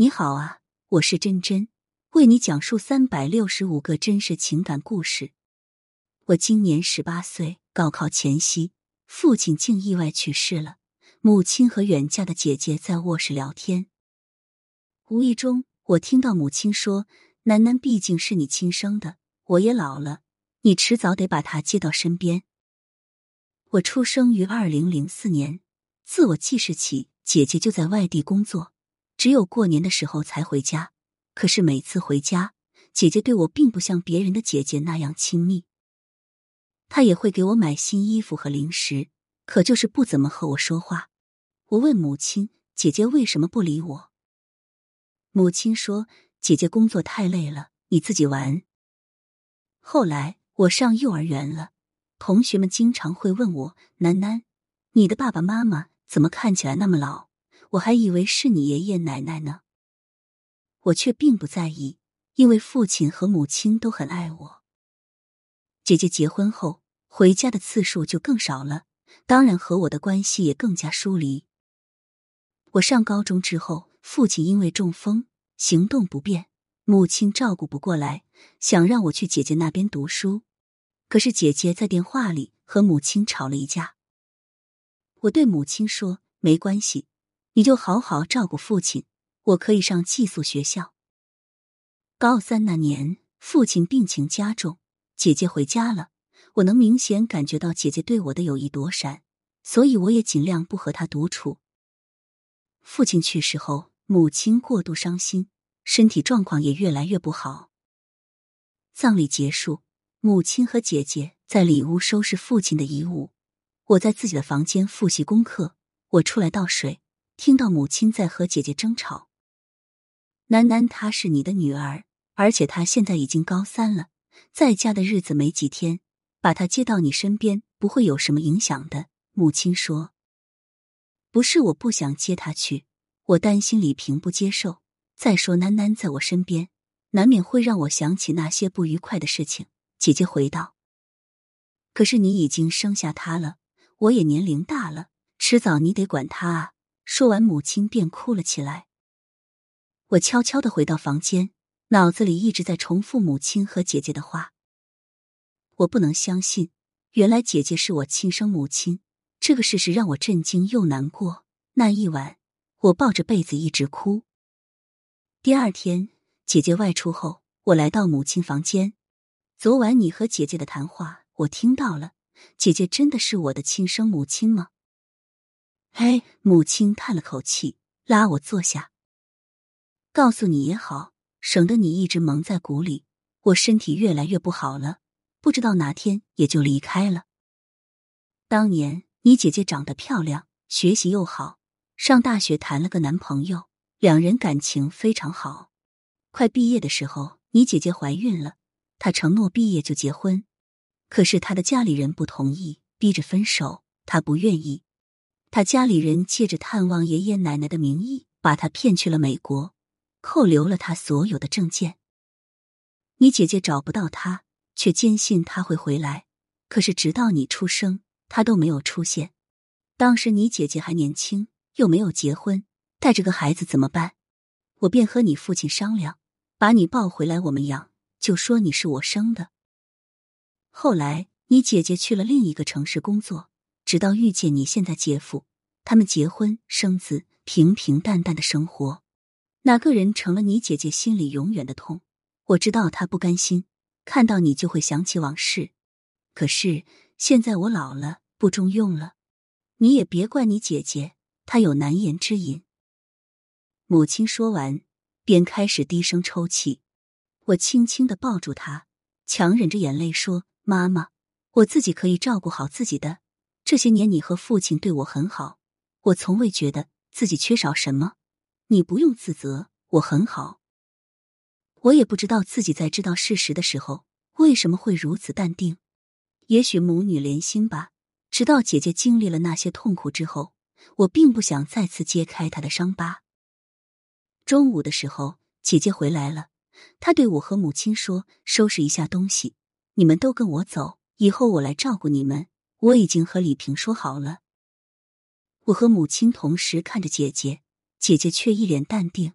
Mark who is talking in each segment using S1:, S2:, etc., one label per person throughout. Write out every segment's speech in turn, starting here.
S1: 你好啊，我是珍珍，为你讲述365个真实情感故事。我今年18岁，高考前夕，父亲竟意外去世了。母亲和远嫁的姐姐在卧室聊天，无意中我听到母亲说：“楠楠毕竟是你亲生的，我也老了，你迟早得把她接到身边。”我出生于2004年，自我记事起，姐姐就在外地工作，只有过年的时候才回家。可是每次回家，姐姐对我并不像别人的姐姐那样亲密。她也会给我买新衣服和零食，可就是不怎么和我说话。我问母亲，姐姐为什么不理我？母亲说，姐姐工作太累了，你自己玩。后来我上幼儿园了，同学们经常会问我，楠楠，你的爸爸妈妈怎么看起来那么老？我还以为是你爷爷奶奶呢。我却并不在意，因为父亲和母亲都很爱我。姐姐结婚后，回家的次数就更少了，当然和我的关系也更加疏离。我上高中之后，父亲因为中风，行动不便，母亲照顾不过来，想让我去姐姐那边读书。可是姐姐在电话里和母亲吵了一架。我对母亲说，没关系，你就好好照顾父亲，我可以上寄宿学校。高3那年，父亲病情加重，姐姐回家了，我能明显感觉到姐姐对我的有意躲闪，所以我也尽量不和她独处。父亲去世后，母亲过度伤心，身体状况也越来越不好。葬礼结束，母亲和姐姐在里屋收拾父亲的遗物，我在自己的房间复习功课。我出来倒水，听到母亲在和姐姐争吵。楠楠她是你的女儿，而且她现在已经高3了，在家的日子没几天，把她接到你身边不会有什么影响的，母亲说。不是我不想接她去，我担心李萍不接受，再说楠楠在我身边，难免会让我想起那些不愉快的事情，姐姐回道。可是你已经生下她了，我也年龄大了，迟早你得管她啊。说完，母亲便哭了起来。我悄悄地回到房间，脑子里一直在重复母亲和姐姐的话。我不能相信，原来姐姐是我亲生母亲，这个事实让我震惊又难过。那一晚，我抱着被子一直哭。第二天，姐姐外出后，我来到母亲房间。昨晚你和姐姐的谈话，我听到了，姐姐真的是我的亲生母亲吗？哎，母亲叹了口气，拉我坐下。告诉你也好，省得你一直蒙在鼓里。我身体越来越不好了，不知道哪天也就离开了。当年你姐姐长得漂亮，学习又好，上大学谈了个男朋友，两人感情非常好。快毕业的时候，你姐姐怀孕了，她承诺毕业就结婚，可是她的家里人不同意，逼着分手，她不愿意。她家里人借着探望爷爷奶奶的名义，把她骗去了美国，扣留了她所有的证件。你姐姐找不到她，却坚信她会回来，可是直到你出生，她都没有出现。当时你姐姐还年轻，又没有结婚，带着个孩子怎么办？我便和你父亲商量，把你抱回来我们养，就说你是我生的。后来你姐姐去了另一个城市工作，直到遇见你现在姐夫，他们结婚生子，平平淡淡的生活。哪个人成了你姐姐心里永远的痛？我知道她不甘心，看到你就会想起往事。可是现在我老了，不中用了，你也别怪你姐姐，她有难言之隐。母亲说完，便开始低声抽泣。我轻轻地抱住她，强忍着眼泪说，妈妈，我自己可以照顾好自己的。这些年你和父亲对我很好，我从未觉得自己缺少什么，你不用自责，我很好。我也不知道自己在知道事实的时候为什么会如此淡定，也许母女连心吧。直到姐姐经历了那些痛苦之后，我并不想再次揭开她的伤疤。中午的时候，姐姐回来了，她对我和母亲说，收拾一下东西，你们都跟我走，以后我来照顾你们，我已经和李萍说好了。我和母亲同时看着姐姐，姐姐却一脸淡定，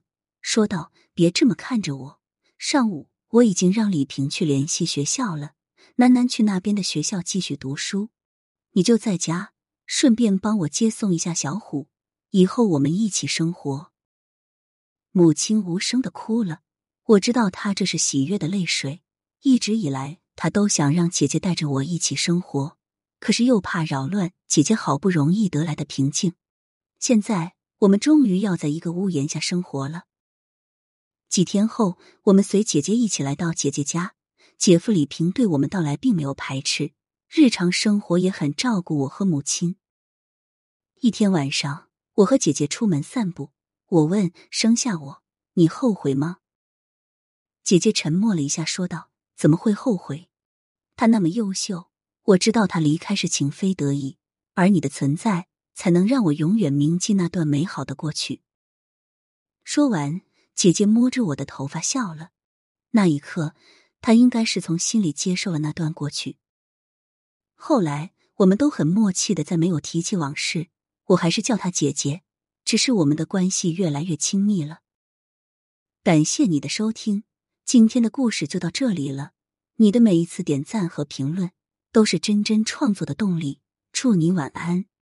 S1: 说道：“别这么看着我，上午我已经让李萍去联系学校了，楠楠去那边的学校继续读书，你就在家，顺便帮我接送一下小虎，以后我们一起生活。”母亲无声地哭了，我知道她这是喜悦的泪水。一直以来，她都想让姐姐带着我一起生活，可是又怕扰乱姐姐好不容易得来的平静。现在我们终于要在一个屋檐下生活了。几天后，我们随姐姐一起来到姐姐家，姐夫李平对我们到来并没有排斥，日常生活也很照顾我和母亲。一天晚上，我和姐姐出门散步，我问：“生下我，你后悔吗？”姐姐沉默了一下，说道：“怎么会后悔？他那么优秀，我知道他离开是情非得已，而你的存在才能让我永远铭记那段美好的过去。”说完，姐姐摸着我的头发笑了。那一刻，她应该是从心里接受了那段过去。后来，我们都很默契的再没有提起往事，我还是叫她姐姐，只是我们的关系越来越亲密了。感谢你的收听，今天的故事就到这里了。你的每一次点赞和评论，都是真真创作的动力。祝你晚安。